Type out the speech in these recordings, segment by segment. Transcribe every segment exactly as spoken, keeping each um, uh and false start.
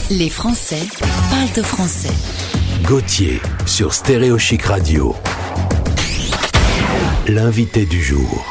Les Français parlent au français. Gauthier sur Stéréo Chic Radio. L'invité du jour.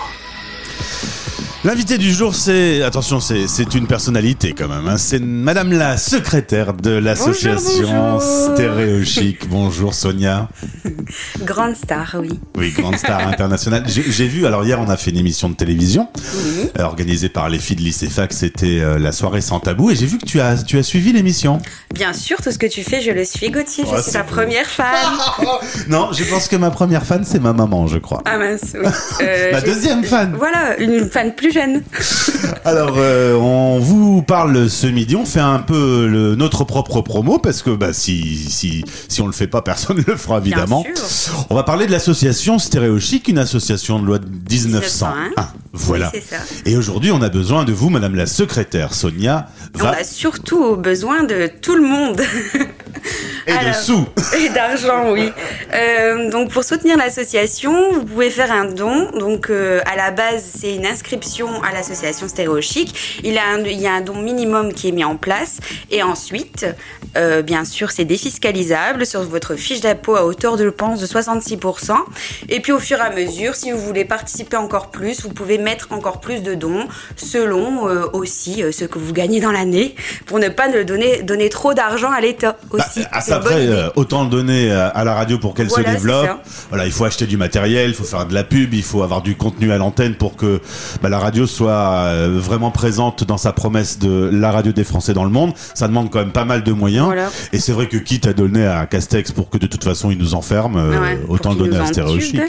L'invité du jour, c'est... Attention, c'est, c'est une personnalité quand même. Hein. C'est Madame la secrétaire de l'association bonjour, bonjour. Stéréo Chic. Bonjour Sonia. Grande star, oui. Oui, grande star internationale. J'ai, j'ai vu, alors hier on a fait une émission de télévision Oui. euh, organisée par les filles de lycée Fac. C'était euh, la soirée sans tabou. Et j'ai vu que tu as, tu as suivi l'émission. Bien sûr, tout ce que tu fais, je le suis, Gauthier. Je Oh, suis c'est ta beau. première fan. Non, je pense que ma première fan, c'est ma maman, je crois. Ah mince, oui. Euh, Ma j'ai- deuxième fan. Voilà, une fan plus jeune. Alors, euh, on vous parle ce midi, on fait un peu le, notre propre promo, parce que bah, si, si, si on le fait pas, personne ne le fera évidemment. Bien sûr. On va parler de l'association Stéréo Chic, une association de loi de dix-neuf cent un. Voilà. Oui, c'est ça. Et aujourd'hui, on a besoin de vous, Madame la secrétaire. Sonia On va... a surtout besoin de tout le monde. Et de Alors, sous. Et d'argent, oui. Euh, donc pour soutenir l'association, vous pouvez faire un don. Donc euh, à la base, c'est une inscription à l'association Stéréo Chic. Il, a un, il y a un don minimum qui est mis en place. Et ensuite, euh, bien sûr, c'est défiscalisable sur votre fiche d'impôt à hauteur de, je pense, de soixante-six pour cent. Et puis au fur et à mesure, si vous voulez participer encore plus, vous pouvez mettre encore plus de dons selon euh, aussi euh, ce que vous gagnez dans l'année pour ne pas ne donner, donner trop d'argent à l'État aussi. Bah, à C'est ça une bonne près, idée. euh, autant le donner à, à la radio pour qu'elle Voilà, se c'est développe. ça. Voilà, il faut acheter du matériel, il faut faire de la pub, il faut avoir du contenu à l'antenne pour que bah, la radio soit euh, vraiment présente dans sa promesse de la radio des Français dans le monde. Ça demande quand même pas mal de moyens. Voilà. Et c'est vrai que quitte à donner à Castex pour que de toute façon il nous enferme, euh, Ouais, pour autant le qu'il donner nous à Stéréo entube. Chic.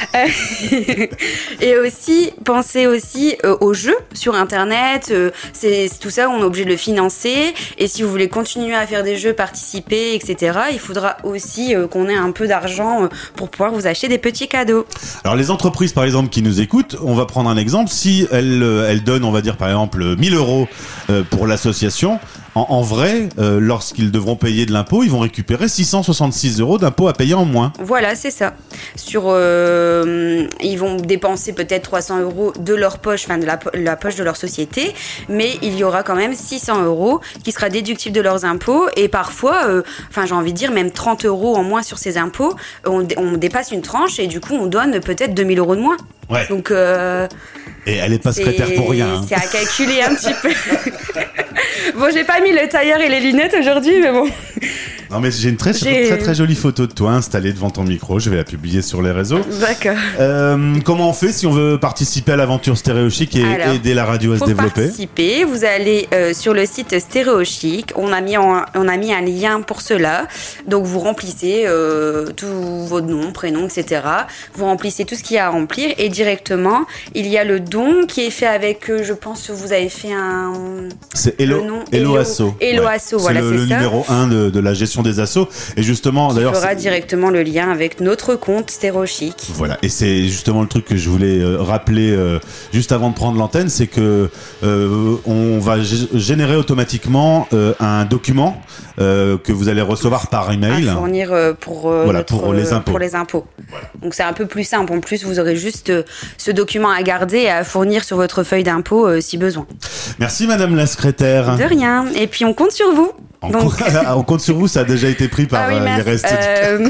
Euh, Et aussi, pensez aussi euh, aux jeux sur Internet. euh, c'est, c'est tout ça, on est obligé de le financer. Et si vous voulez continuer à faire des jeux, participer, et cetera, il faudra aussi euh, qu'on ait un peu d'argent euh, pour pouvoir vous acheter des petits cadeaux. Alors les entreprises par exemple qui nous écoutent, on va prendre un exemple. Si elles, euh, elles donnent, on va dire par exemple mille euros euh, pour l'association, en, en vrai, euh, lorsqu'ils devront payer de l'impôt, ils vont récupérer six cent soixante-six euros d'impôt à payer en moins. Voilà, c'est ça. Sur, euh, ils vont dépenser peut-être trois cents euros de leur poche, enfin de la, po- la poche de leur société, mais il y aura quand même six cents euros qui sera déductible de leurs impôts et parfois, euh, enfin j'ai envie de dire même trente euros en moins sur ces impôts, on, dé- on dépasse une tranche et du coup on donne peut-être deux mille euros de moins. Ouais. Donc euh, Et elle est pas c'est, secrétaire pour rien. hein. c'est à calculer un petit peu. Bon, j'ai pas mis le tailleur et les lunettes aujourd'hui, mais bon. Non mais j'ai une très, J'ai- très très jolie photo de toi installée devant ton micro. Je vais la publier sur les réseaux. D'accord. Euh, comment on fait si on veut participer à l'aventure Stéréo Chic et Alors, aider la radio à se Pour développer? participer, vous allez euh, sur le site Stéréo Chic. On a mis en- on a mis un lien pour cela. Donc vous remplissez euh, tous vos noms, prénoms, et cetera. Vous remplissez tout ce qu'il y a à remplir et directement il y a le don qui est fait avec. euh, je pense que vous avez fait un. C'est Hello, Le nom, Hello Hello- Asso. Hello Asso, voilà, c'est le, c'est le ça. numéro un de, de la gestion des assos. Et justement, Qui d'ailleurs, fera c'est- directement le lien avec notre compte Stéréo Chic. voilà. Et c'est justement le truc que je voulais euh, rappeler euh, juste avant de prendre l'antenne, c'est que euh, on va gé- générer automatiquement euh, un document euh, que vous allez recevoir par email. À fournir euh, pour, euh, Voilà, notre, pour les euh, impôts. pour les impôts. Donc c'est un peu plus simple. En plus, vous aurez juste euh, ce document à garder et à fournir sur votre feuille d'impôt euh, si besoin. Merci Madame la secrétaire. De rien. Et puis on compte sur vous. On, Donc- compte, on compte sur vous, ça a déjà été pris par Ah oui, euh, les merci. restes. Euh,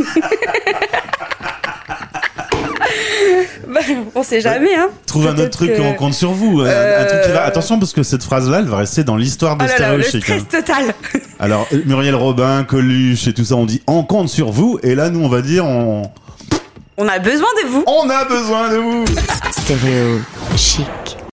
bah, on sait jamais, hein. Trouve un autre Peut-être truc, que- on compte sur vous. Un- Un truc qui va... Attention, parce que cette phrase-là, elle va rester dans l'histoire de Oh là là, Stéréo le Chic. stress hein. total. Alors, euh, Muriel Robin, Coluche et tout ça, on dit on compte sur vous. Et là, nous, on va dire on, On a besoin de vous. on a besoin de vous. Stéréo Chic.